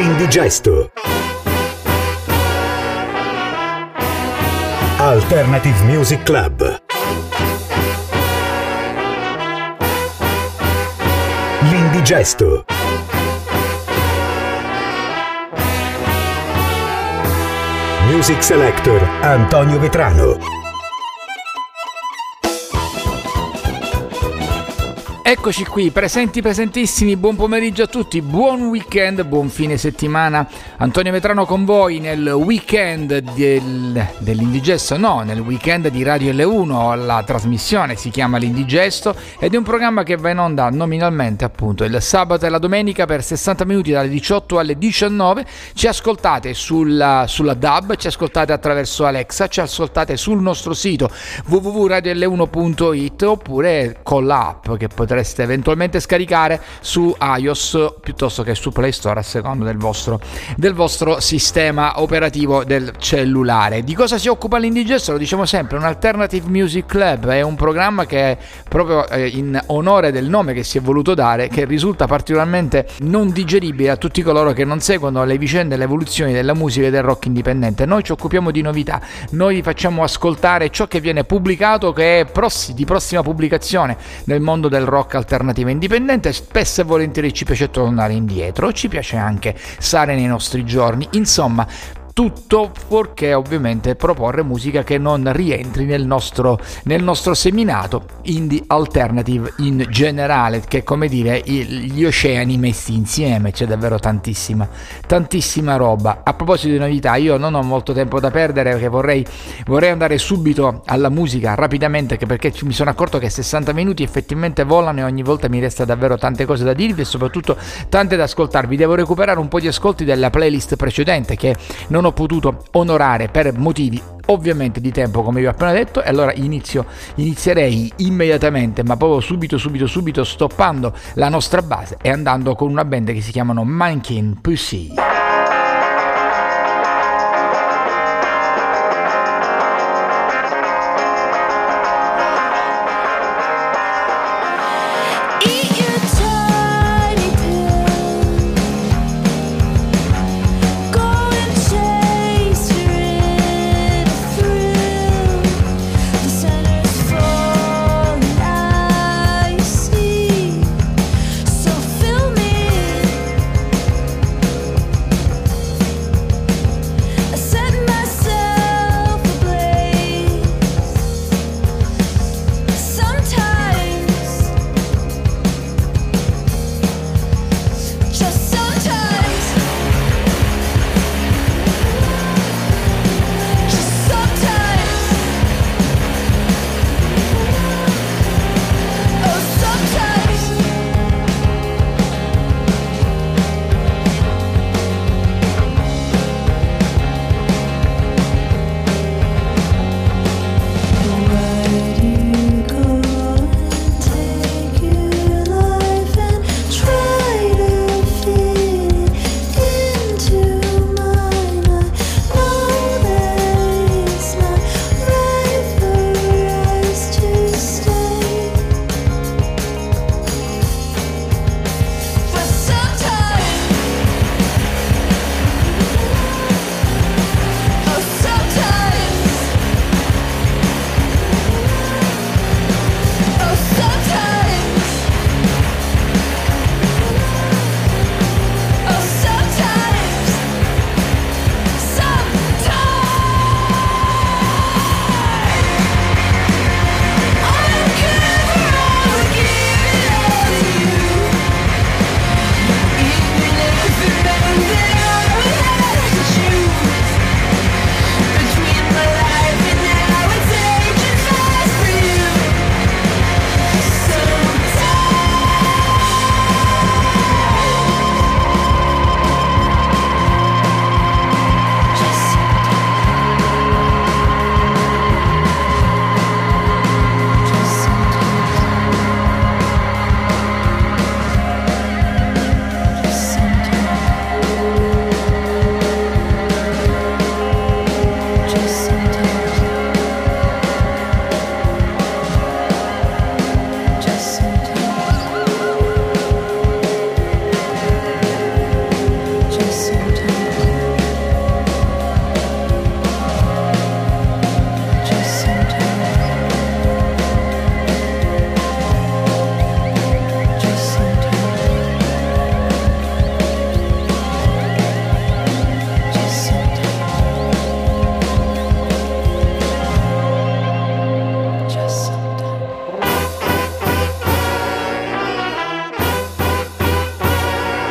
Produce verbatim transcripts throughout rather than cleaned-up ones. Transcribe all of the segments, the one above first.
L'indigesto. Alternative Music Club. L'indigesto. Music Selector Antonio Vetrano. Eccoci qui, presenti presentissimi, buon pomeriggio a tutti, buon weekend, buon fine settimana. Antonio Vetrano con voi nel weekend del, dell'Indigesto, no, nel weekend di Radio L uno. La trasmissione si chiama L'Indigesto ed è un programma che va in onda nominalmente appunto il sabato e la domenica per sessanta minuti dalle diciotto alle diciannove. Ci ascoltate sulla, sulla D A B, ci ascoltate attraverso Alexa, ci ascoltate sul nostro sito w w w punto radio l uno punto i t oppure con l'app che potrete eventualmente scaricare su iOS piuttosto che su Play Store a seconda del vostro, del vostro sistema operativo del cellulare. Di cosa si occupa l'Indigesto? Lo diciamo sempre, un Alternative Music Club è un programma che proprio eh, in onore del nome che si è voluto dare, che risulta particolarmente non digeribile a tutti coloro che non seguono le vicende e le evoluzioni della musica e del rock indipendente. Noi ci occupiamo di novità, noi facciamo ascoltare ciò che viene pubblicato, che è prossi, di prossima pubblicazione nel mondo del rock alternativa indipendente. Spesso e volentieri ci piace tornare indietro, ci piace anche stare nei nostri giorni, insomma tutto fuorché ovviamente proporre musica che non rientri nel nostro, nel nostro seminato indie alternative in generale, che è come dire gli oceani messi insieme. C'è davvero tantissima tantissima roba. A proposito di novità, io non ho molto tempo da perdere perché vorrei, vorrei andare subito alla musica rapidamente, perché mi sono accorto che sessanta minuti effettivamente volano e ogni volta mi resta davvero tante cose da dirvi e soprattutto tante da ascoltarvi. Devo recuperare un po' di ascolti della playlist precedente che non ho potuto onorare per motivi ovviamente di tempo, come vi ho appena detto, e allora inizio inizierei immediatamente, ma proprio subito subito subito stoppando la nostra base e andando con una band che si chiamano Mannequin Pussy.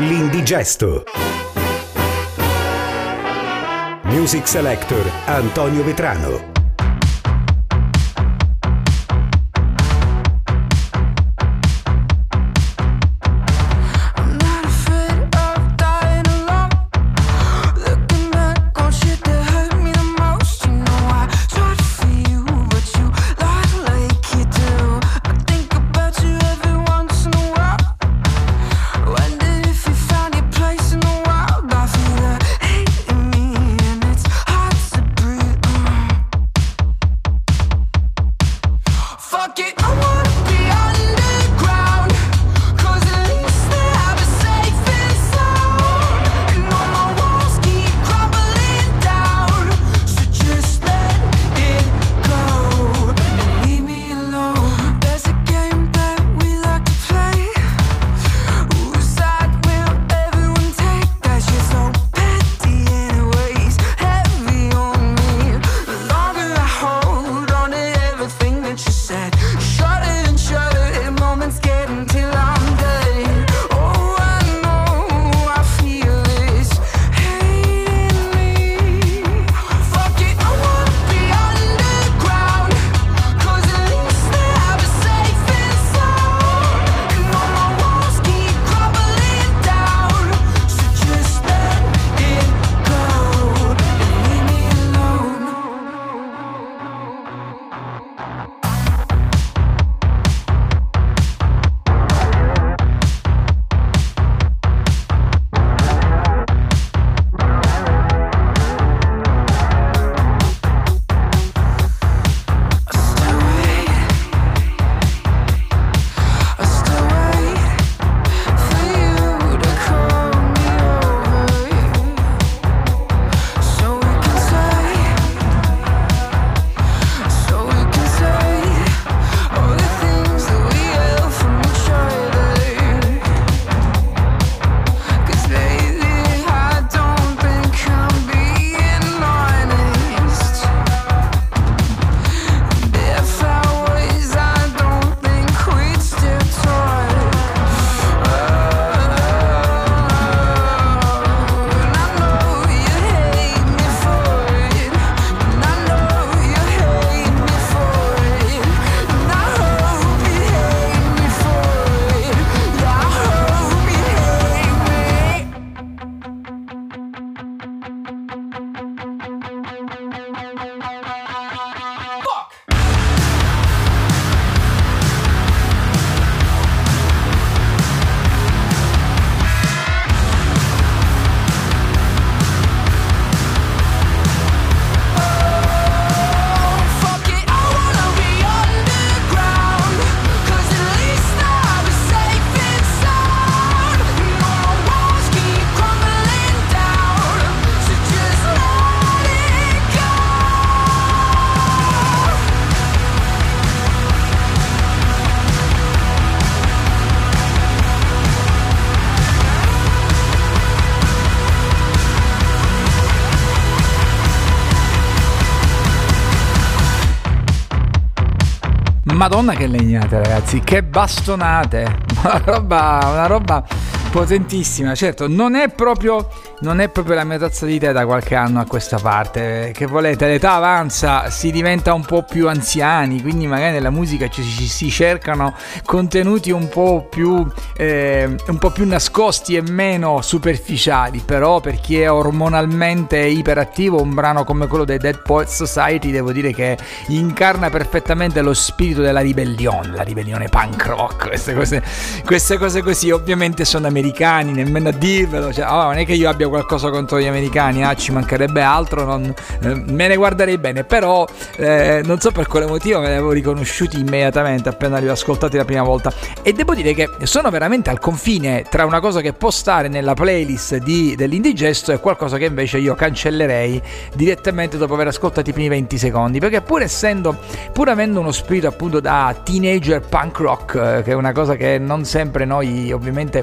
L'Indigesto. Music Selector Antonio Vetrano. Madonna che legnate, ragazzi, che bastonate, una roba, una roba potentissima. Certo, non è proprio non è proprio la mia tazza di tè da qualche anno a questa parte. Che volete, l'età avanza, si diventa un po' più anziani, quindi magari nella musica ci, ci si cercano contenuti un po' più eh, un po' più nascosti e meno superficiali. Però per chi è ormonalmente iperattivo, un brano come quello dei Dead Poets Society devo dire che incarna perfettamente lo spirito della ribellione, la ribellione punk rock, queste cose, queste cose così. Ovviamente sono americani, nemmeno a dirvelo, cioè, oh, non è che io abbia qualcosa contro gli americani, ah, ci mancherebbe altro, non, eh, me ne guarderei bene, però eh, non so per quale motivo me li avevo riconosciuti immediatamente appena li ho ascoltati la prima volta, e devo dire che sono veramente al confine tra una cosa che può stare nella playlist di, dell'Indigesto e qualcosa che invece io cancellerei direttamente dopo aver ascoltato i primi venti secondi, perché pur essendo pur avendo uno spirito appunto da teenager punk rock, eh, che è una cosa che non sempre noi ovviamente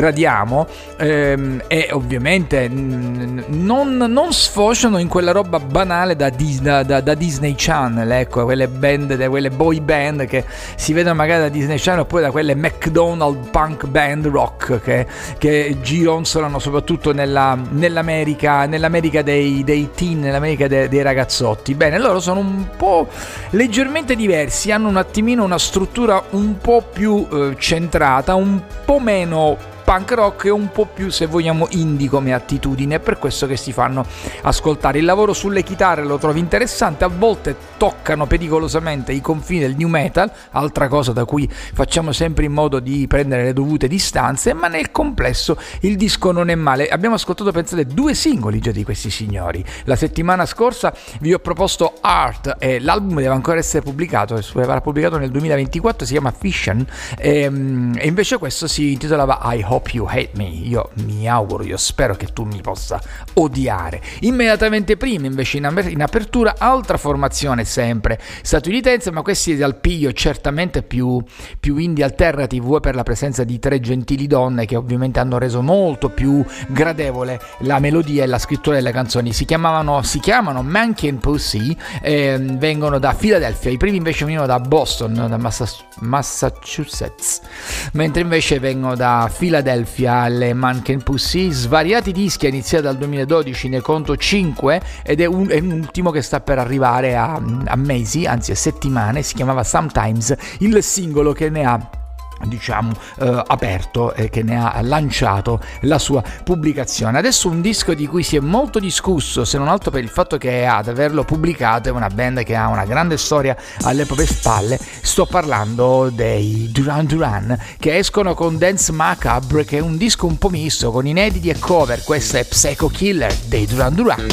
gradiamo, ehm, e ovviamente mh, non, non sfociano in quella roba banale da, da, da, da Disney Channel, ecco, quelle band, quelle boy band che si vedono magari da Disney Channel, oppure da quelle McDonald's punk band rock che, che gironzolano soprattutto nella, nell'America, nell'America dei, dei teen, nell'America de, dei ragazzotti. Bene, loro sono un po' leggermente diversi, hanno un attimino una struttura un po' più eh, centrata, un po' meno punk rock e un po' più, se vogliamo, indie come attitudine, è per questo che si fanno ascoltare. Il lavoro sulle chitarre lo trovi interessante, a volte toccano pericolosamente i confini del new metal, altra cosa da cui facciamo sempre in modo di prendere le dovute distanze, ma nel complesso il disco non è male. Abbiamo ascoltato, pensate, due singoli già di questi signori. La settimana scorsa vi ho proposto Art, e l'album deve ancora essere pubblicato, verrà pubblicato nel duemilaventiquattro, si chiama Fission, e, e invece questo si intitolava I Hope You Hate Me. Io mi auguro, io spero che tu mi possa odiare. Immediatamente prima, invece, in, aper- in apertura, altra formazione sempre statunitense, ma questi dal piglio certamente più, più indie alternative, vuoi per la presenza di tre gentili donne che ovviamente hanno reso molto più gradevole la melodia e la scrittura delle canzoni. Si chiamavano, si chiamano Monkey and Pussy, eh, vengono da Philadelphia, i primi invece venivano da Boston, da Mass- Massachusetts, mentre invece vengono da Philadelphia le Monkey and Pussy. Svariati dischi, a iniziare dal duemiladodici, ne conto cinque, ed è un, è un ultimo che sta per arrivare a, a mesi, anzi a settimane, si chiamava Sometimes, il singolo che ne ha, diciamo, eh, aperto e che ne ha lanciato la sua pubblicazione. Adesso un disco di cui si è molto discusso, se non altro per il fatto che ad averlo pubblicato è una band che ha una grande storia alle proprie spalle. Sto parlando dei Duran Duran, che escono con Dance Macabre, che è un disco un po' misto con inediti e cover. Questo è Psycho Killer dei Duran Duran.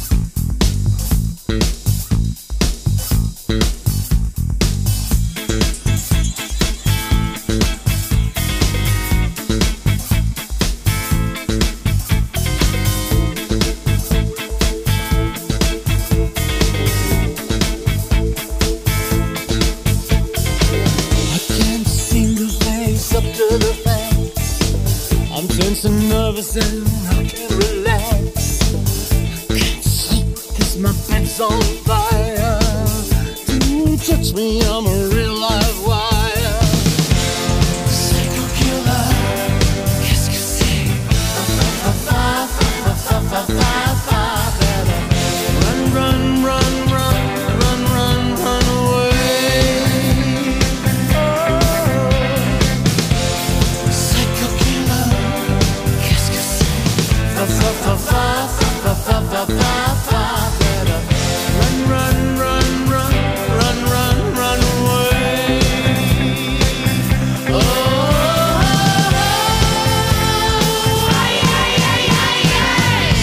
Nervous and I can't relax. I can't sleep 'cause my bed's on fire. Don't touch me, I'm a real live wire. Psycho killer, qu'est-ce que c'est? Fa fa fa fa fa fa fa. Run, run, run, run, run, run, run away. Oh, psycho killer. Fa fa fa fa fa fa fa fa fa. Run, run, run, run, run, run, run away. Oh, ay, ay, ay, ay, ay.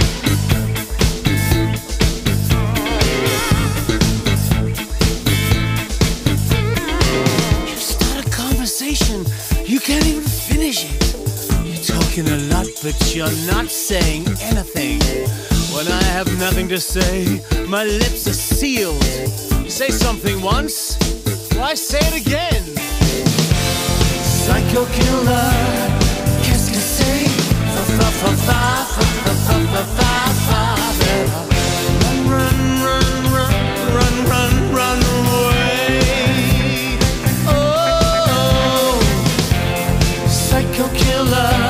You start a conversation, you can't even finish it. Talking a lot, but you're not saying anything. When I have nothing to say, my lips are sealed. You say something once, why say it again? Psycho killer, qu'est-ce que c'est? Fa fa fa fa fa fa fa fa fa. Run, run, run, run, run, run, run away. Oh, psycho killer.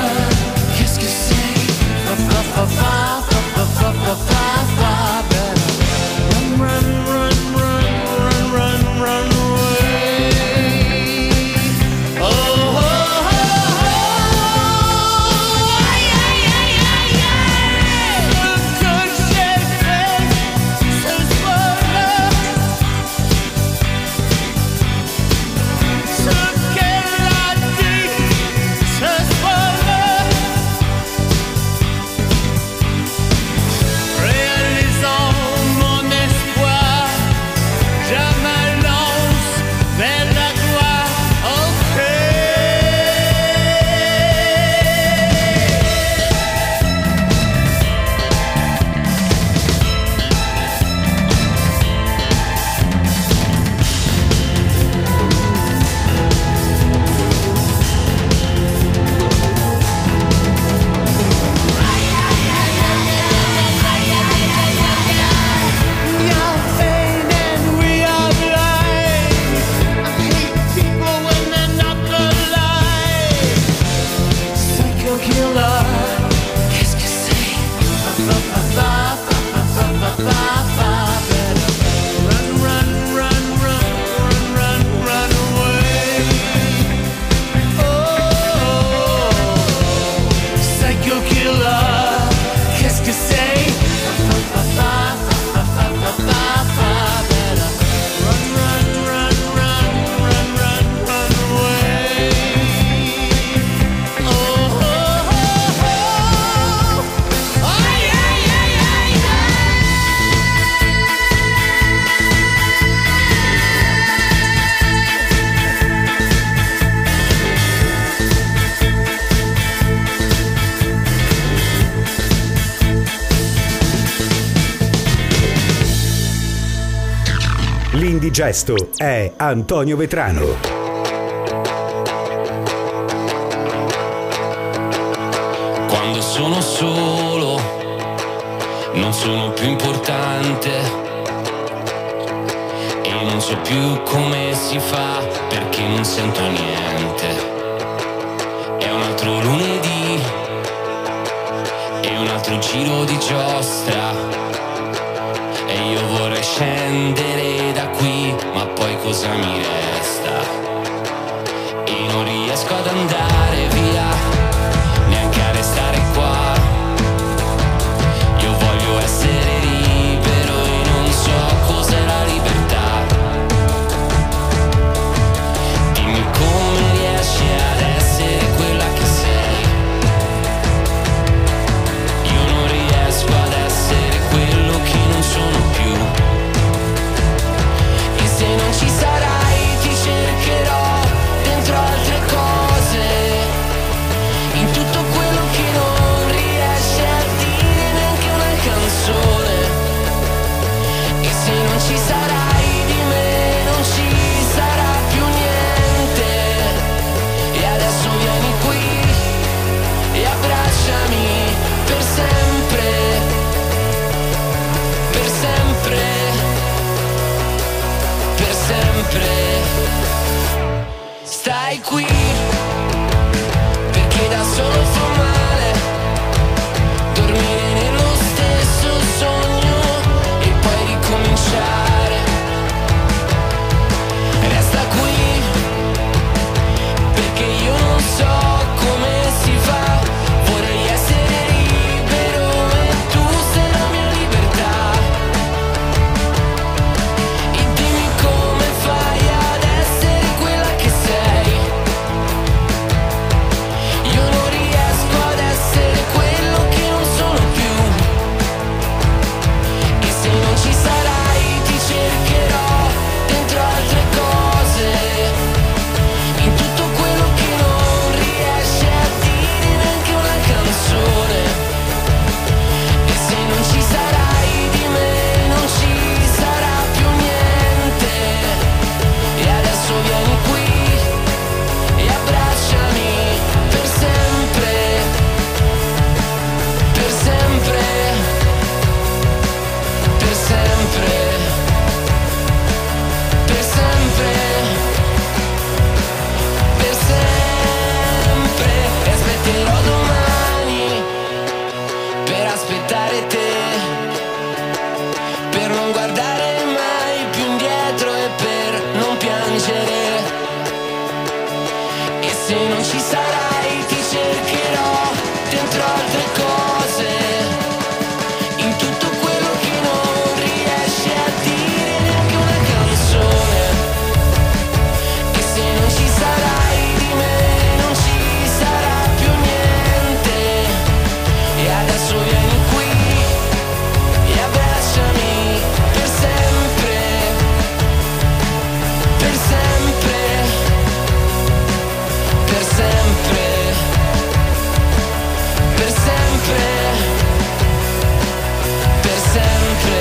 Fa fa fa fa fa fa fa fa. Run, run, run, run, run, run, run away. Oh, oh, oh, oh. Indigesto è Antonio Vetrano. Quando sono solo non sono più importante e non so più come si fa perché non sento niente. È un altro lunedì e un altro giro di giostra e io vorrei scendere da qui, ma poi cosa mi resta? E non riesco ad andare via, neanche a restare qua. Io voglio essere libero e non so cos'è la libertà. Dimmi come riesci ad essere quella che sei. Io non riesco ad essere quello che non sono più. E se non ci sarai ti cercherò dentro altre cose, in tutto quello che non riesce a dire neanche una canzone. E se non ci sarai di me non ci sarà più niente. E adesso vieni qui e abbracciami per sempre, per sempre, per sempre. Stai qui perché da solo fa male dormire nello stesso sogno e poi ricominciare. Resta qui perché io non so come si fa. Vorrei essere libero e tu sei la mia libertà. E dimmi come fai ad essere quella che sei. Io non riesco ad essere quello che non sono più. E se non ci sarai ti cercherò dentro altre cose, in tutto quello che non riesce a dire neanche una canzone. E se non ci sarai di me non ci sarà più niente. E adesso vieni qui e abbracciami per sempre, per sempre, per sempre, per sempre, per sempre. E aspetterò domani per aspettare te, per non guardare mai più indietro e per non piangere. E se non ci sarai ti cercherò dentro altre cose, in tutto quello che non riesce a dire neanche una canzone. E se non ci sarai di me non ci sarà più niente. E adesso vieni qui e abbracciami per sempre, per sempre, per sempre, per sempre, per sempre.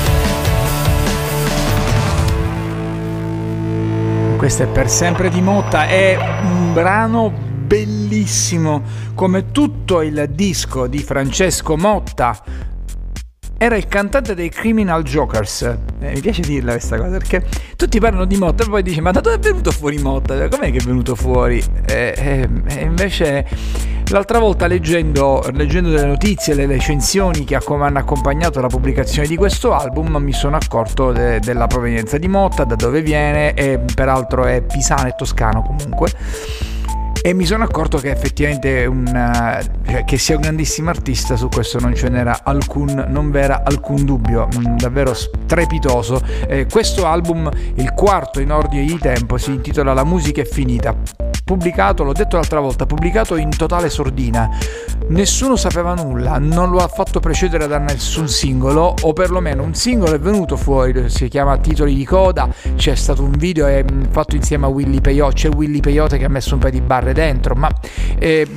Questo è Per sempre di Motta, è un brano bellissimo, come tutto il disco di Francesco Motta. Era il cantante dei Criminal Jokers. Eh, mi piace dirla questa cosa perché tutti parlano di Motta e poi dici ma da dove è venuto fuori Motta? Com'è che è venuto fuori? E eh, eh, invece l'altra volta leggendo, leggendo delle notizie, le recensioni che hanno accompagnato la pubblicazione di questo album mi sono accorto de- della provenienza di Motta, da dove viene, e peraltro è pisano e toscano comunque. E mi sono accorto che effettivamente una, cioè, che sia un grandissimo artista, su questo non ce n'era alcun, non v'era alcun dubbio, mh, davvero strepitoso. Eh, questo album, il quarto in ordine di tempo, si intitola La musica è finita. Pubblicato, l'ho detto l'altra volta, pubblicato in totale sordina. Nessuno sapeva nulla, non lo ha fatto precedere da nessun singolo, o perlomeno un singolo è venuto fuori, si chiama Titoli di coda, c'è stato un video è fatto insieme a Willy Peyote, c'è Willy Peyote che ha messo un paio di barre dentro, ma eh,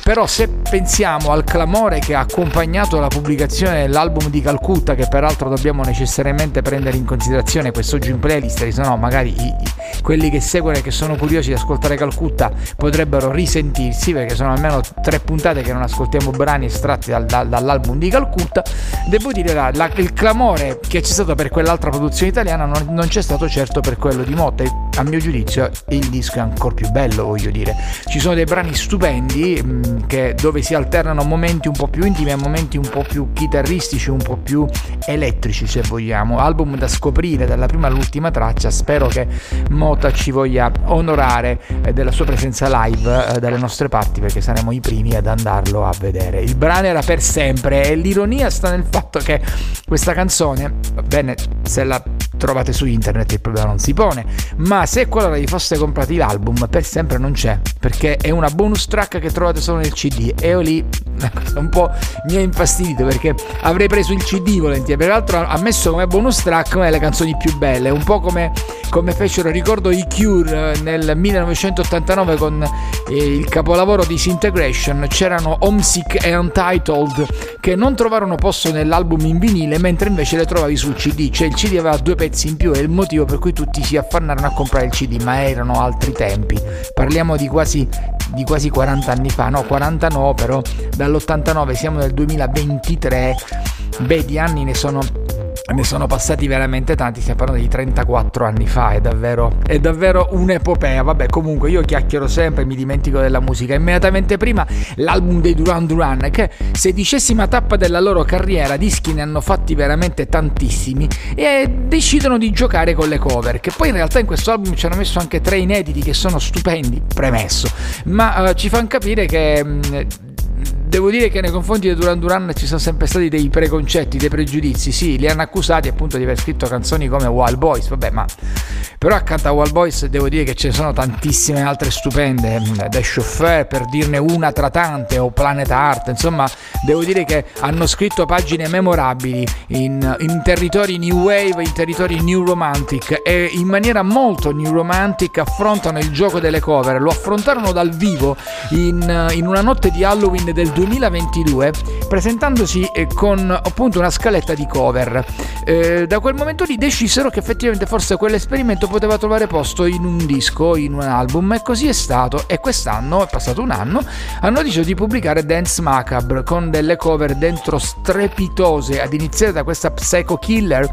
però se pensiamo al clamore che ha accompagnato la pubblicazione dell'album di Calcutta, che peraltro dobbiamo necessariamente prendere in considerazione quest'oggi in playlist, che se no magari i, i, quelli che seguono e che sono curiosi di ascoltare Calcutta potrebbero risentirsi, perché sono almeno tre puntate che non ascoltiamo brani estratti dal, dal, dall'album di Calcutta. Devo dire la, la, il clamore che c'è stato per quell'altra produzione italiana non, non c'è stato certo per quello di Motta. A mio giudizio il disco è ancora più bello, voglio dire, ci sono dei brani stupendi mh, che, dove si alternano momenti un po' più intimi e momenti un po' più chitarristici, un po' più elettrici se vogliamo. Album da scoprire dalla prima all'ultima traccia. Spero che Motta ci voglia onorare eh, della sua presenza live eh, dalle nostre parti, perché saremo i primi ad andarlo a vedere. Il brano era Per Sempre e l'ironia sta nel fatto che questa canzone, va bene, se la trovate su internet il problema non si pone, ma se qualora vi foste comprati l'album, Per Sempre non c'è, perché è una bonus track che trovate solo nel C D, e io lì un po' mi ha infastidito, perché avrei preso il C D volentieri. Peraltro ha messo come bonus track una delle canzoni più belle, un po' come, come fecero, ricordo, i Cure nel millenovecentottantanove con eh, il capolavoro Disintegration. C'erano Homesick e Untitled che non trovarono posto nell'album in vinile, mentre invece le trovavi sul C D, cioè il C D aveva due pezzi in più, è il motivo per cui tutti si affannarono a comprare il C D, ma erano altri tempi, parliamo di quasi di quasi quaranta anni fa, no quaranta no, però dall'ottantanove siamo nel duemilaventitré, beh di anni ne sono ne sono passati veramente tanti, stiamo parlando di trentaquattro anni fa, è davvero, è davvero un'epopea. Vabbè, comunque io chiacchiero sempre, mi dimentico della musica. Immediatamente prima l'album dei Duran Duran, che sedicesima tappa della loro carriera, dischi ne hanno fatti veramente tantissimi, e decidono di giocare con le cover, che poi in realtà in questo album ci hanno messo anche tre inediti che sono stupendi, premesso, ma uh, ci fanno capire che mh, devo dire che nei confronti di Duran Duran ci sono sempre stati dei preconcetti, dei pregiudizi. Sì, li hanno accusati appunto di aver scritto canzoni come Wild Boys, vabbè, ma però accanto a Wild Boys devo dire che ce ne sono tantissime altre stupende, The Chauffeur per dirne una tra tante, o Planet Art. Insomma, devo dire che hanno scritto pagine memorabili in, in territori new wave, in territori new romantic, e in maniera molto new romantic affrontano il gioco delle cover. Lo affrontarono dal vivo in, in una notte di Halloween del duemilaventidue, presentandosi con appunto una scaletta di cover. Eh, da quel momento lì decisero che effettivamente forse quell'esperimento poteva trovare posto in un disco, in un album, e così è stato. E quest'anno, è passato un anno, hanno deciso di pubblicare Dance Macabre con delle cover dentro strepitose, ad iniziare da questa Psycho Killer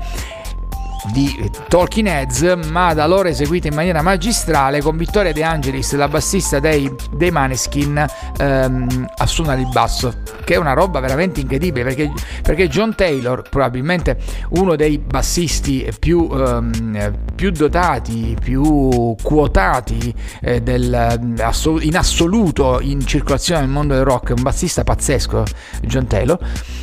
di Talking Heads, ma da loro eseguita in maniera magistrale, con Vittoria De Angelis, la bassista dei, dei Maneskin, ehm, a suonare il basso, che è una roba veramente incredibile, perché, perché John Taylor, probabilmente uno dei bassisti più, ehm, più dotati, più quotati eh, del, in assoluto in circolazione nel mondo del rock, è un bassista pazzesco, John Taylor.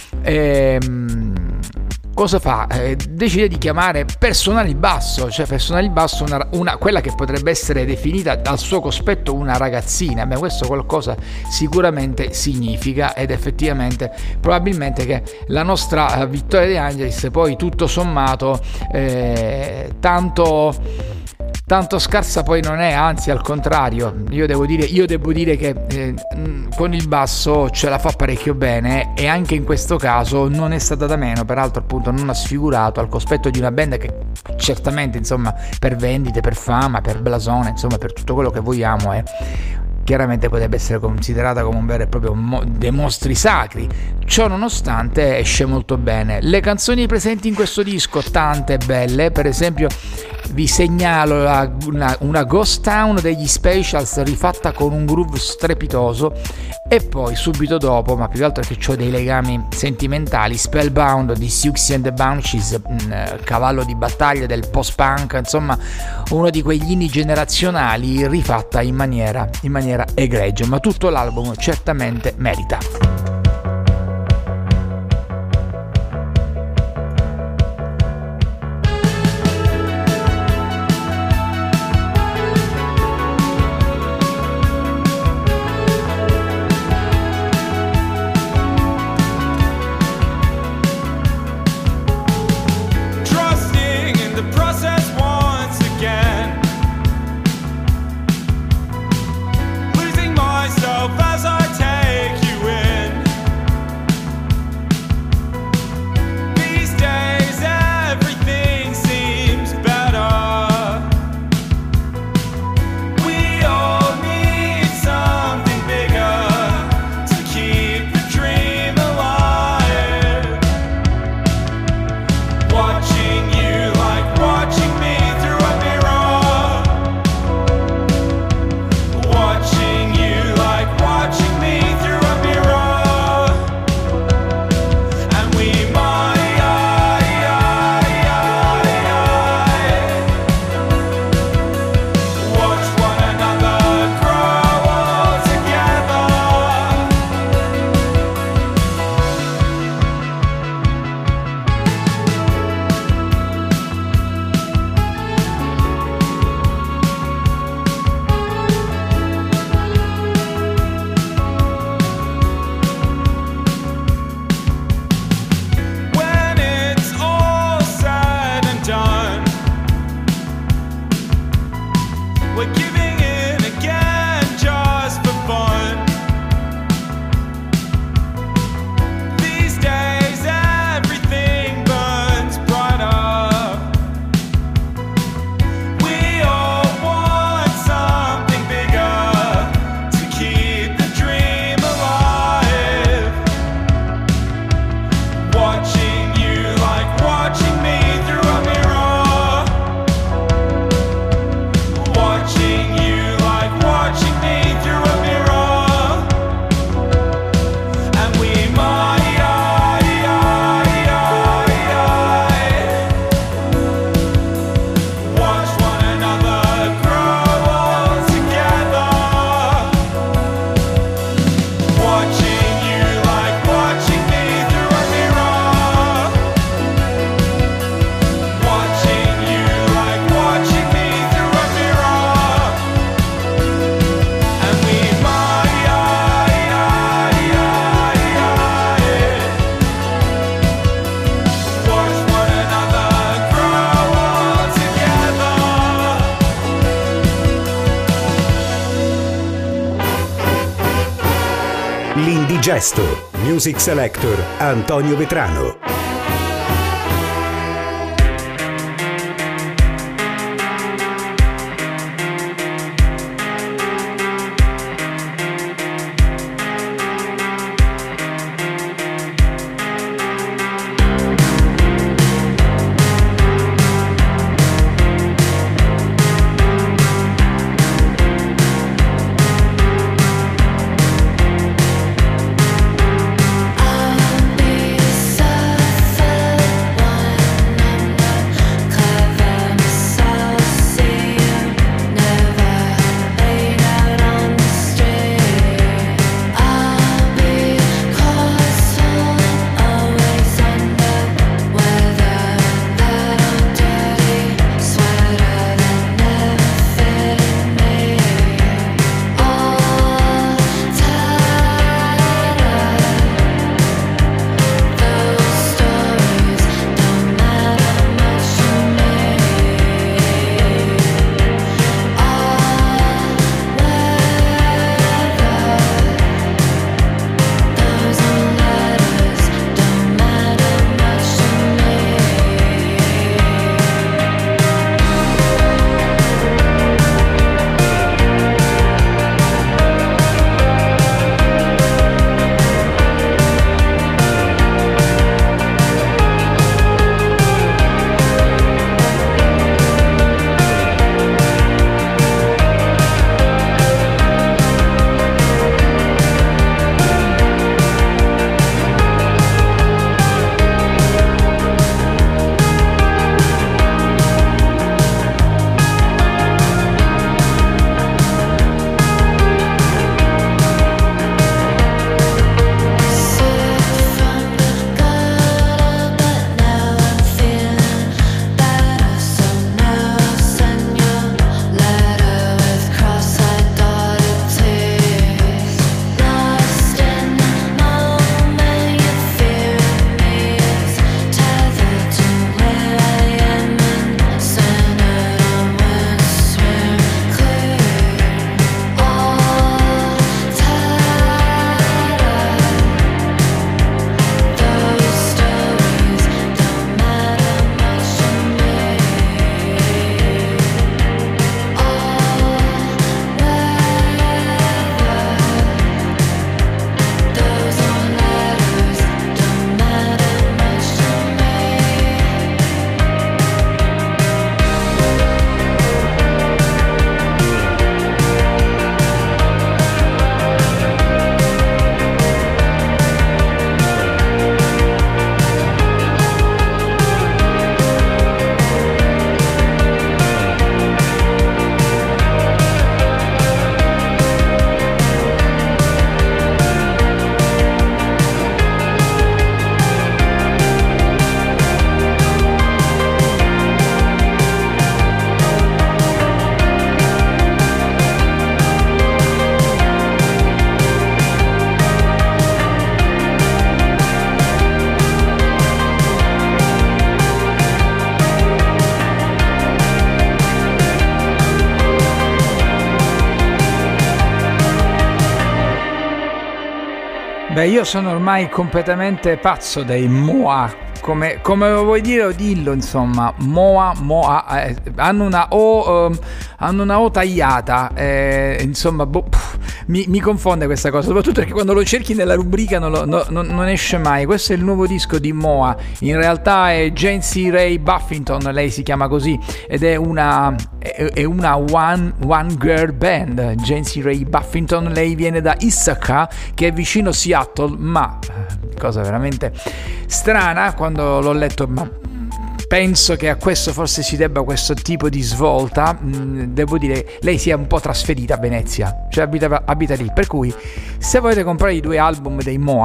ehm Cosa fa? Eh, decide di chiamare per suonare il basso, cioè per suonare il basso una, una, quella che potrebbe essere definita dal suo cospetto una ragazzina. Beh, questo qualcosa sicuramente significa, ed effettivamente probabilmente che la nostra Vittoria De Angelis poi tutto sommato eh, tanto tanto scarsa poi non è, anzi al contrario. Io devo dire, io devo dire che eh, con il basso ce la fa parecchio bene, e anche in questo caso non è stata da meno. Peraltro appunto non ha sfigurato al cospetto di una band che certamente, insomma, per vendite, per fama, per blasone, insomma per tutto quello che vogliamo è chiaramente potrebbe essere considerata come un vero e proprio mo- dei mostri sacri. Ciò nonostante esce molto bene. Le canzoni presenti in questo disco, tante belle, per esempio vi segnalo la, una, una Ghost Town degli Specials rifatta con un groove strepitoso, e poi subito dopo, ma più che altro perché ho dei legami sentimentali, Spellbound di Siouxsie and the Banshees, mh, cavallo di battaglia del post-punk, insomma uno di quegli inni generazionali rifatta in maniera, in maniera egregia, ma tutto l'album certamente merita. Myself as I take L'Indigesto. Music Selector Antonio Vetrano. Beh, io sono ormai completamente pazzo dei Moa, come, come lo vuoi dire o dillo, insomma, Moa, Moa, eh, hanno una O, eh, hanno una O tagliata, eh, insomma, boh, pff, mi, mi confonde questa cosa, soprattutto perché quando lo cerchi nella rubrica non, lo, no, non, non esce mai. Questo è il nuovo disco di Moa, in realtà è Jancy Ray Buffington, lei si chiama così, ed è una, è, è una one, one girl band. Jancy Ray Buffington, lei viene da Ithaca, che è vicino Seattle, ma cosa veramente strana quando l'ho letto, ma penso che a questo forse si debba questo tipo di svolta. Devo dire, lei si è un po' trasferita a Venezia, cioè abita, abita lì, per cui se volete comprare i due album dei Moa,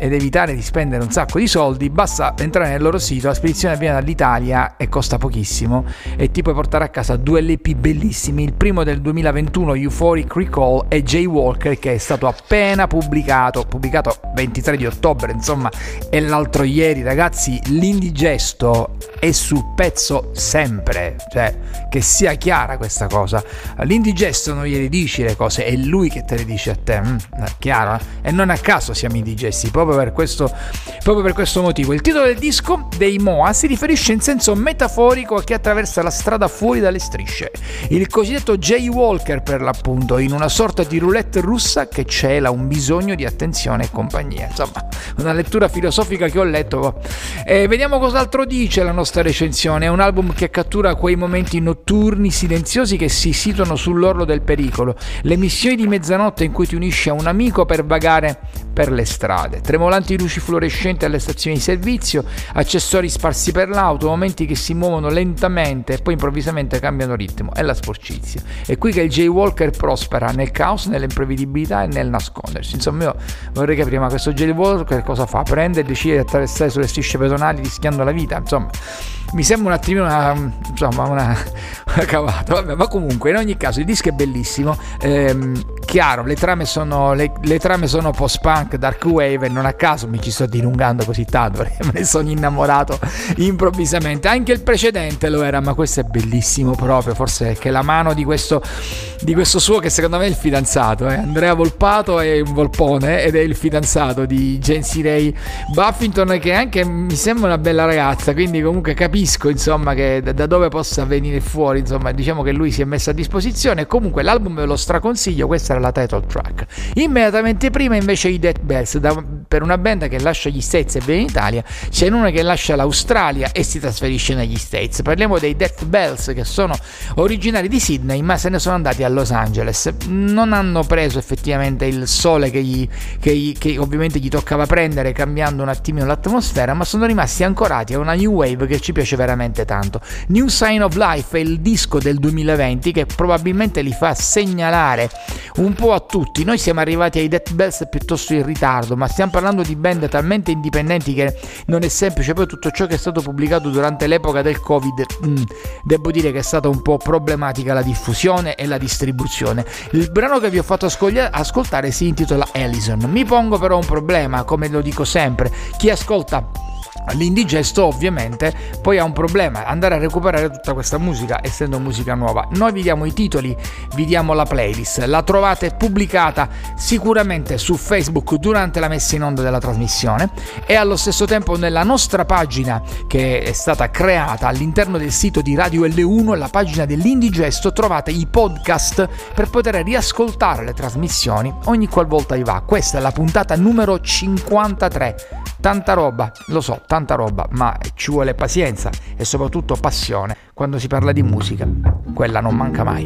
ed evitare di spendere un sacco di soldi, basta entrare nel loro sito. La spedizione viene dall'Italia e costa pochissimo e ti puoi portare a casa due L P bellissimi. Il primo del duemilaventuno, Euphoric Recall, e Jaywalker, che è stato appena pubblicato pubblicato ventitré di ottobre, insomma, e l'altro ieri. Ragazzi, l'indigesto è sul pezzo sempre, cioè che sia chiara questa cosa. L'indigesto non glieli dici le cose, è lui che te le dice a te, mm, chiaro? E non a caso siamo indigesti, proprio per questo proprio per questo motivo. Il titolo del disco dei Moa si riferisce in senso metaforico a chi attraversa la strada fuori dalle strisce, il cosiddetto Jaywalker per l'appunto, in una sorta di roulette russa che cela un bisogno di attenzione e compagnia. Insomma, una lettura filosofica che ho letto. E vediamo cos'altro dice la nostra recensione. È un album che cattura quei momenti notturni silenziosi che si situano sull'orlo del pericolo, le missioni di mezzanotte in cui ti unisci a un amico per vagare per le strade, tremolanti luci fluorescenti alle stazioni di servizio, accessori sparsi per l'auto, momenti che si muovono lentamente e poi improvvisamente cambiano ritmo. È la sporcizia. È qui che il Jaywalker prospera, nel caos, nell'imprevedibilità e nel nascondersi. Insomma, io vorrei capire, ma questo Jaywalker cosa fa? Prende e decide di attraversare sulle strisce pedonali rischiando la vita? Insomma, mi sembra un attimino una, insomma, una, una cavata. Vabbè, ma comunque, in ogni caso, il disco è bellissimo. Ehm, chiaro, le trame sono le, le trame sono post-punk, dark wave, e non a caso mi ci sto dilungando così tanto perché me ne sono innamorato improvvisamente. Anche il precedente lo era, ma questo è bellissimo proprio. Forse è che la mano di questo di questo suo, che secondo me è il fidanzato, eh? Andrea Volpato è un volpone ed è il fidanzato di Jancy Ray Buffington, che anche mi sembra una bella ragazza, quindi comunque capisco, insomma, che da, da dove possa venire fuori, insomma, diciamo che lui si è messo a disposizione. Comunque l'album ve lo straconsiglio. Questa era la title track. Immediatamente prima invece i Death Bells, da, per una band che lascia gli States e viene in Italia. C'è una che lascia l'Australia e si trasferisce negli States. Parliamo dei Death Bells, che sono originari di Sydney ma se ne sono andati a Los Angeles. Non hanno preso effettivamente il sole che, gli, che, gli, che ovviamente gli toccava prendere, cambiando un attimino l'atmosfera, ma sono rimasti ancorati a una new wave che ci piace veramente tanto. New Sign of Life è il disco del duemilaventi che probabilmente li fa segnalare un po' a tutti. Noi siamo arrivati ai Death Bells piuttosto in ritardo, ma stiamo parlando di band talmente indipendenti che non è semplice. Poi tutto ciò che è stato pubblicato durante l'epoca del Covid, mh, devo dire che è stata un po' problematica la diffusione e la distribuzione. Il brano che vi ho fatto ascoglia- ascoltare si intitola Allison. Mi pongo però un problema, come lo dico sempre: chi ascolta l'indigesto ovviamente poi ha un problema, andare a recuperare tutta questa musica, essendo musica nuova. Noi vi diamo i titoli, vi diamo la playlist, la trovate pubblicata sicuramente su Facebook durante la messa in onda della trasmissione, e allo stesso tempo nella nostra pagina che è stata creata all'interno del sito di Radio L uno, la pagina dell'indigesto, trovate i podcast per poter riascoltare le trasmissioni ogni qualvolta vi va. Questa è la puntata numero cinquantatré. Tanta roba, lo so, tanta roba, ma ci vuole pazienza e soprattutto passione quando si parla di musica. Quella non manca mai.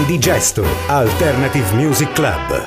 L'indigesto Alternative Music Club.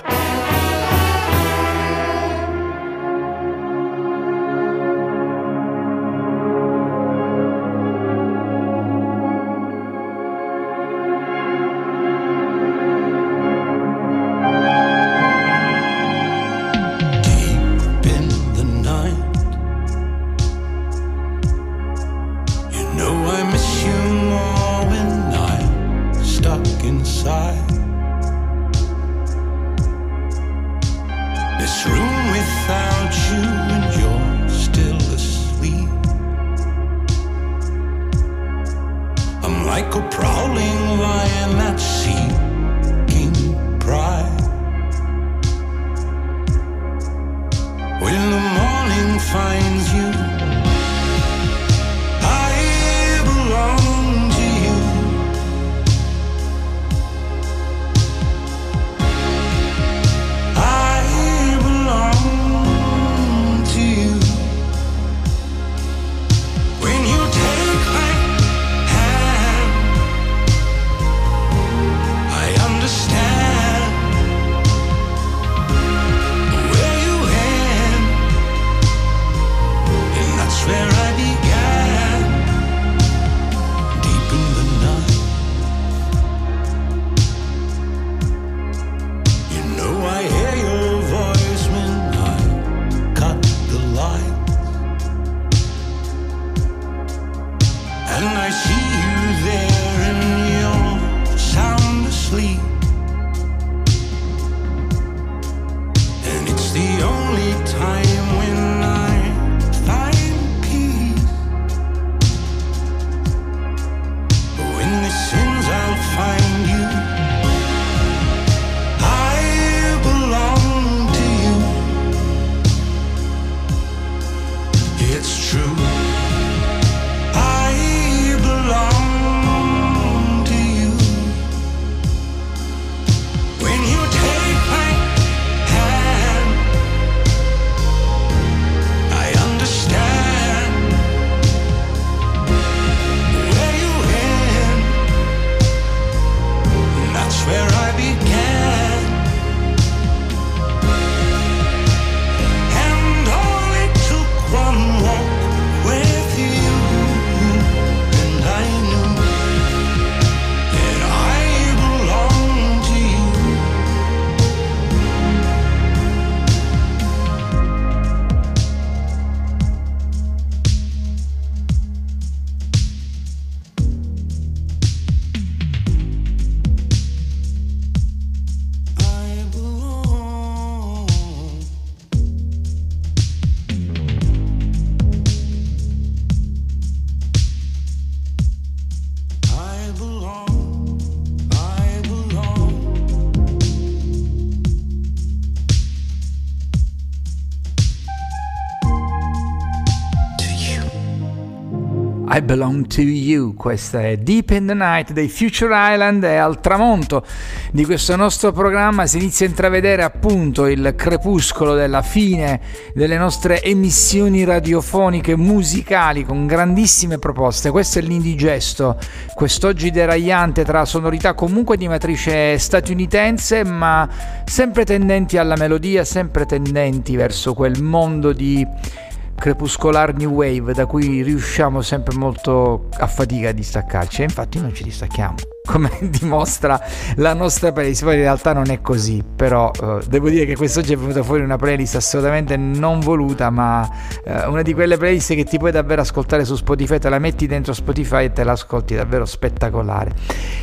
I Belong to You, questa è Deep in the Night dei Future Island, e al tramonto di questo nostro programma si inizia a intravedere appunto il crepuscolo della fine delle nostre emissioni radiofoniche musicali con grandissime proposte. Questo è l'Indigesto, quest'oggi deragliante tra sonorità comunque di matrice statunitense ma sempre tendenti alla melodia, sempre tendenti verso quel mondo di crepuscolar new wave da cui riusciamo sempre molto a fatica a distaccarci, e infatti non ci distacchiamo, come dimostra la nostra playlist. Poi in realtà non è così, però eh, devo dire che quest'oggi è venuta fuori una playlist assolutamente non voluta, ma eh, una di quelle playlist che ti puoi davvero ascoltare su Spotify, te la metti dentro Spotify e te la ascolti, davvero spettacolare.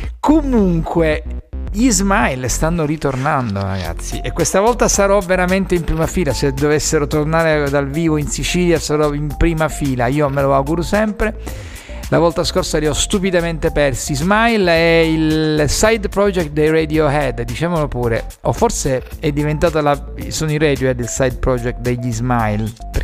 Comunque gli Smile stanno ritornando, ragazzi, e questa volta sarò veramente in prima fila. Se dovessero tornare dal vivo in Sicilia sarò in prima fila, io me lo auguro sempre. La volta scorsa li ho stupidamente persi. Smile è il side project dei Radiohead, diciamolo pure, o forse è diventato la, sono i Radiohead il side project degli Smile, perché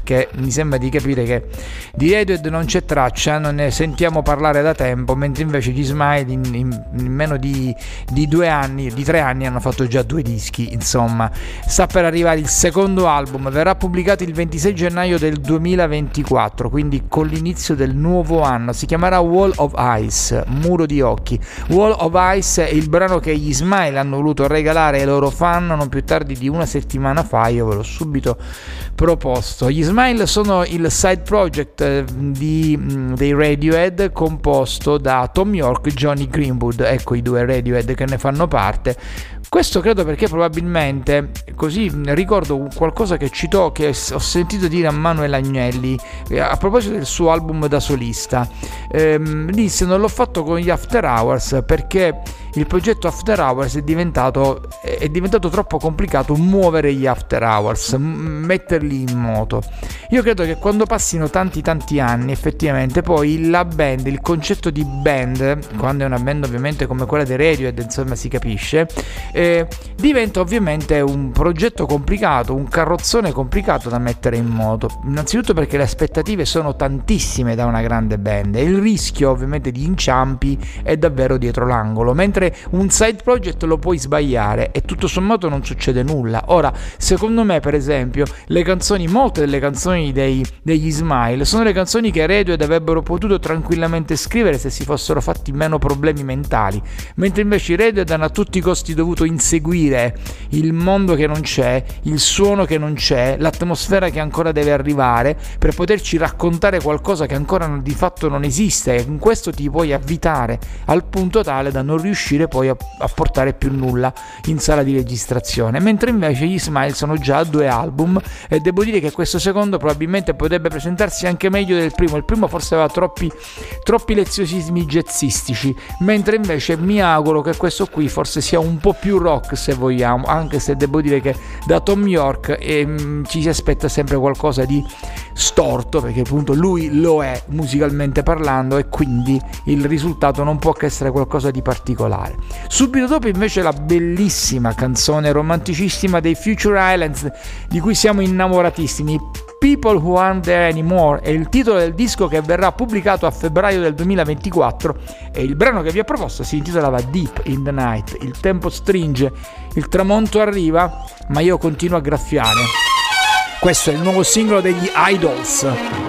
perché mi sembra di capire che di Radiohead non c'è traccia, non ne sentiamo parlare da tempo, mentre invece gli Smile in, in, in meno di, di due anni, di tre anni hanno fatto già due dischi. Insomma, sta per arrivare il secondo album, verrà pubblicato il ventisei gennaio del duemilaventiquattro, quindi con l'inizio del nuovo anno. Si chiamerà Wall of Ice, muro di occhi. Wall of Ice è il brano che gli Smile hanno voluto regalare ai loro fan non più tardi di una settimana fa. Io ve l'ho subito proposto. Gli Smile sono il side project di, dei Radiohead, composto da Tom York e Johnny Greenwood, ecco i due Radiohead che ne fanno parte. Questo credo perché probabilmente, così ricordo qualcosa che citò, che ho sentito dire a Manuel Agnelli a proposito del suo album da solista. Ehm, disse: non l'ho fatto con gli After Hours perché il progetto After Hours è diventato, è diventato troppo complicato muovere gli After Hours, m- metterli in moto. Io credo che quando passino tanti tanti anni effettivamente poi la band, il concetto di band, quando è una band ovviamente come quella dei Radiohead, insomma si capisce, eh, diventa ovviamente un progetto complicato, un carrozzone complicato da mettere in moto, innanzitutto perché le aspettative sono tantissime da una grande band e il rischio ovviamente di inciampi è davvero dietro l'angolo, mentre un side project lo puoi sbagliare e tutto sommato non succede nulla. Ora, secondo me per esempio le canzoni, molte delle canzoni dei, degli Smile sono le canzoni che Radiohead avrebbero potuto tranquillamente scrivere se si fossero fatti meno problemi mentali, mentre invece i Radiohead hanno a tutti i costi dovuto inseguire il mondo che non c'è, il suono che non c'è, l'atmosfera che ancora deve arrivare per poterci raccontare qualcosa che ancora di fatto non esiste, e in questo ti puoi avvitare al punto tale da non riuscire poi a, a portare più nulla in sala di registrazione, mentre invece gli Smile sono già a due album e devo dire che questo secondo probabilmente potrebbe presentarsi anche meglio del primo. Il primo forse aveva troppi troppi leziosismi jazzistici, mentre invece mi auguro che questo qui forse sia un po' più rock se vogliamo, anche se devo dire che da Tom York eh, ci si aspetta sempre qualcosa di storto, perché appunto lui lo è musicalmente parlando e quindi il risultato non può che essere qualcosa di particolare. Subito dopo invece la bellissima canzone romanticissima dei Future Islands di cui siamo innamoratissimi, People Who Aren't There Anymore, è il titolo del disco che verrà pubblicato a febbraio del duemilaventiquattro e il brano che vi ho proposto si intitolava Deep in the Night. Il tempo stringe, il tramonto arriva, ma io continuo a graffiare. Questo è il nuovo singolo degli Idols,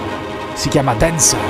si chiama Dancer.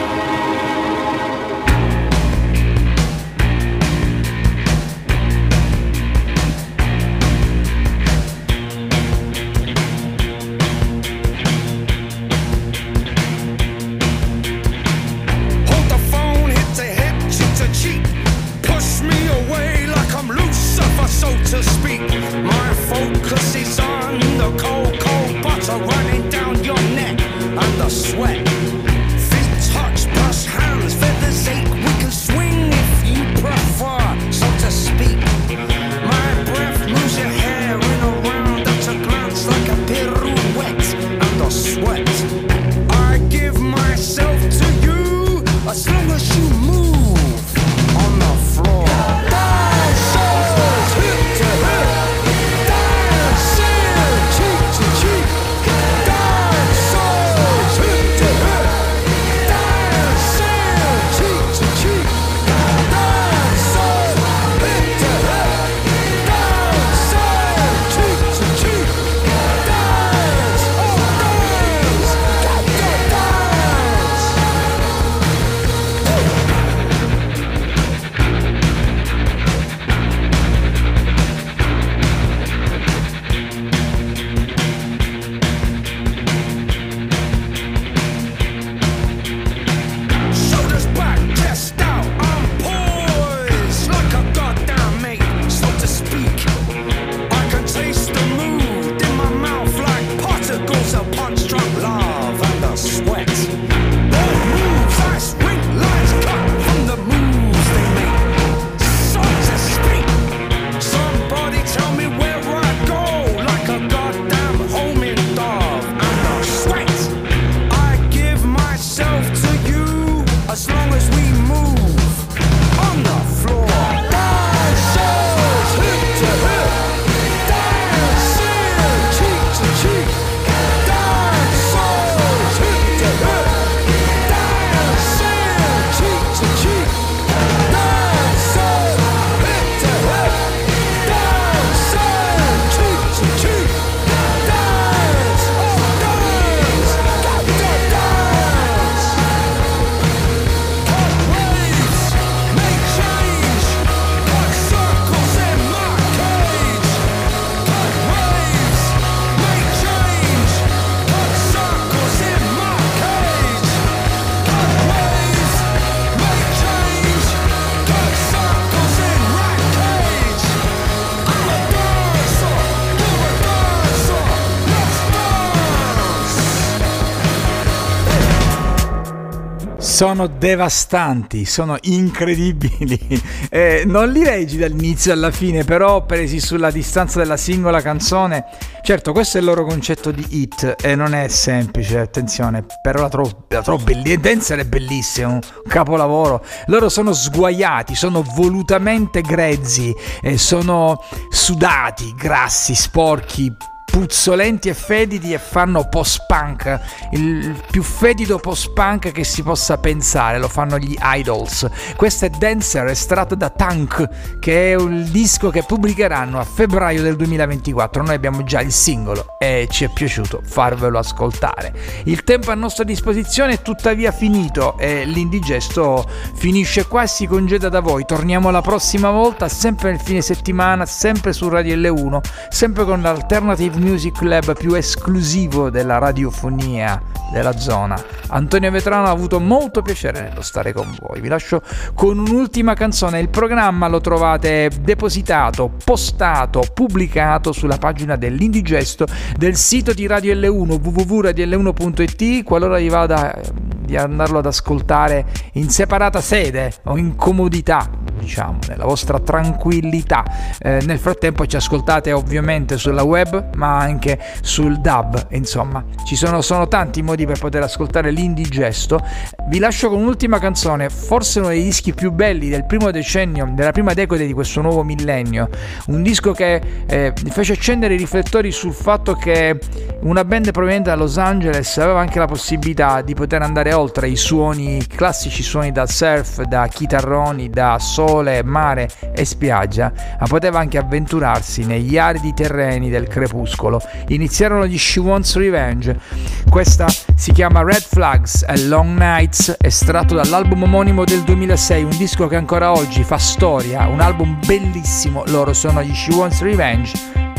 Sono devastanti, sono incredibili. Eh, non li leggi dall'inizio alla fine, però presi sulla distanza della singola canzone. Certo, questo è il loro concetto di hit e non è semplice, attenzione, però la trovo, la trovo bellissima. Dancer è bellissimo, un capolavoro. Loro sono sguaiati, sono volutamente grezzi, eh, sono sudati, grassi, sporchi, puzzolenti e fetidi, e fanno post-punk, il più fetido post-punk che si possa pensare, lo fanno gli Idols. Questo è Dancer, estratto da Tank, che è un disco che pubblicheranno a febbraio del duemilaventiquattro. Noi abbiamo già il singolo e ci è piaciuto farvelo ascoltare. Il tempo a nostra disposizione è tuttavia finito e l'Indigesto finisce qua e si congeda da voi. Torniamo la prossima volta, sempre nel fine settimana, sempre su Radio L uno, sempre con l'Alternative Music Club più esclusivo della radiofonia della zona. Antonio Vetrano ha avuto molto piacere nello stare con voi. Vi lascio con un'ultima canzone. Il programma lo trovate depositato, postato, pubblicato sulla pagina dell'Indigesto del sito di Radio L uno, w w w punto radio l uno punto i t, qualora vi vada di andarlo ad ascoltare in separata sede o in comodità, diciamo, nella vostra tranquillità. Eh, nel frattempo ci ascoltate ovviamente sulla web, ma anche sul D A B. Insomma, ci sono, sono tanti modi per poter ascoltare l'Indigesto. Vi lascio con un'ultima canzone, forse uno dei dischi più belli del primo decennio, della prima decade di questo nuovo millennio. Un disco che eh, fece accendere i riflettori sul fatto che una band proveniente da Los Angeles aveva anche la possibilità di poter andare oltre i suoni, classici suoni da surf, da chitarroni, da sole, mare e spiaggia, ma poteva anche avventurarsi negli aridi terreni del crepuscolo. Iniziarono gli She Wants Revenge. Questa si chiama Red Flags and Long Nights, estratto dall'album omonimo del duemilasei, un disco che ancora oggi fa storia, un album bellissimo. Loro sono gli She Wants Revenge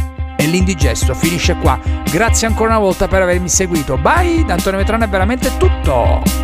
e l'Indigesto finisce qua. Grazie ancora una volta per avermi seguito. Bye, da Antonio Vetrano è veramente tutto.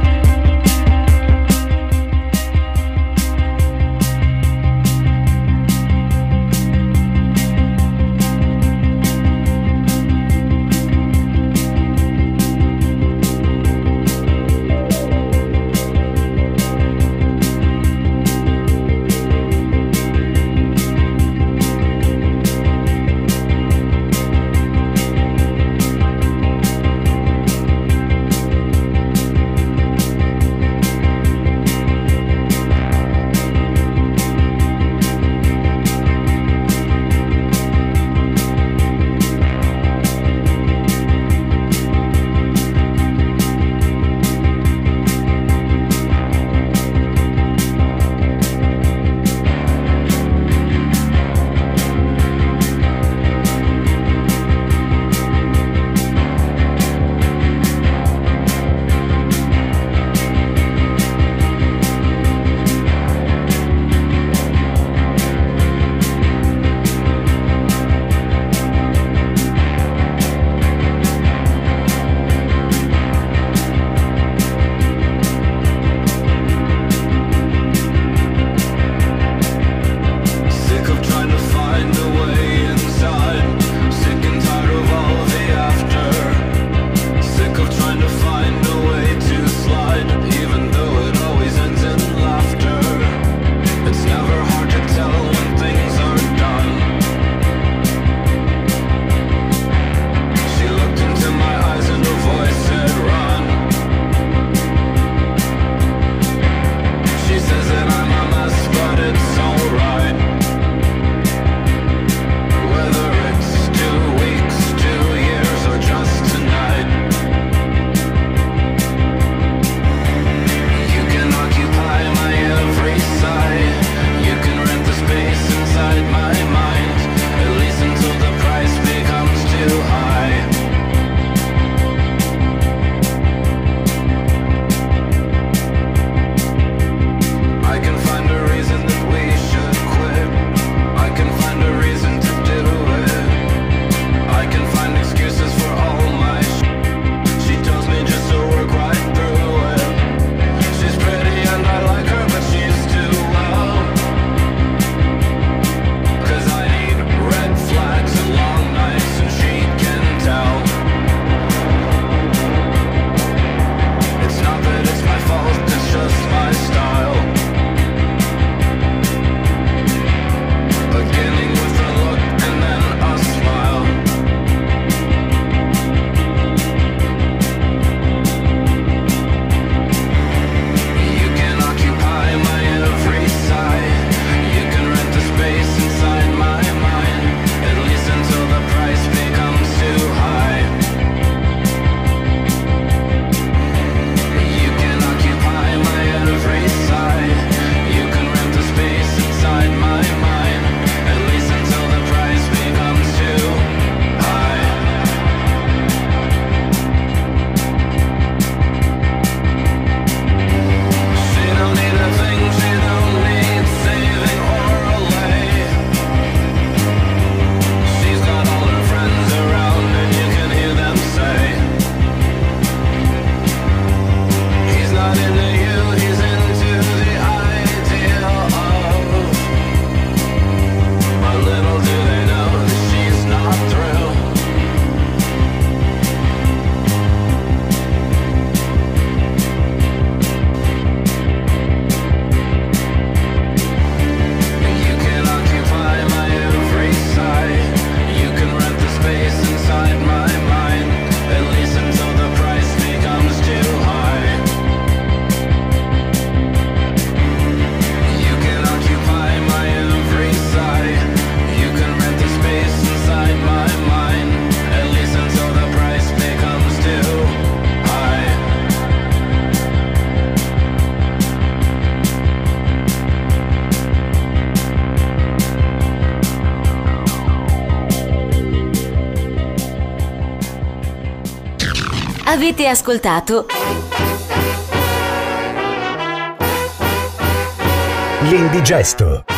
Avete ascoltato L'Indigesto.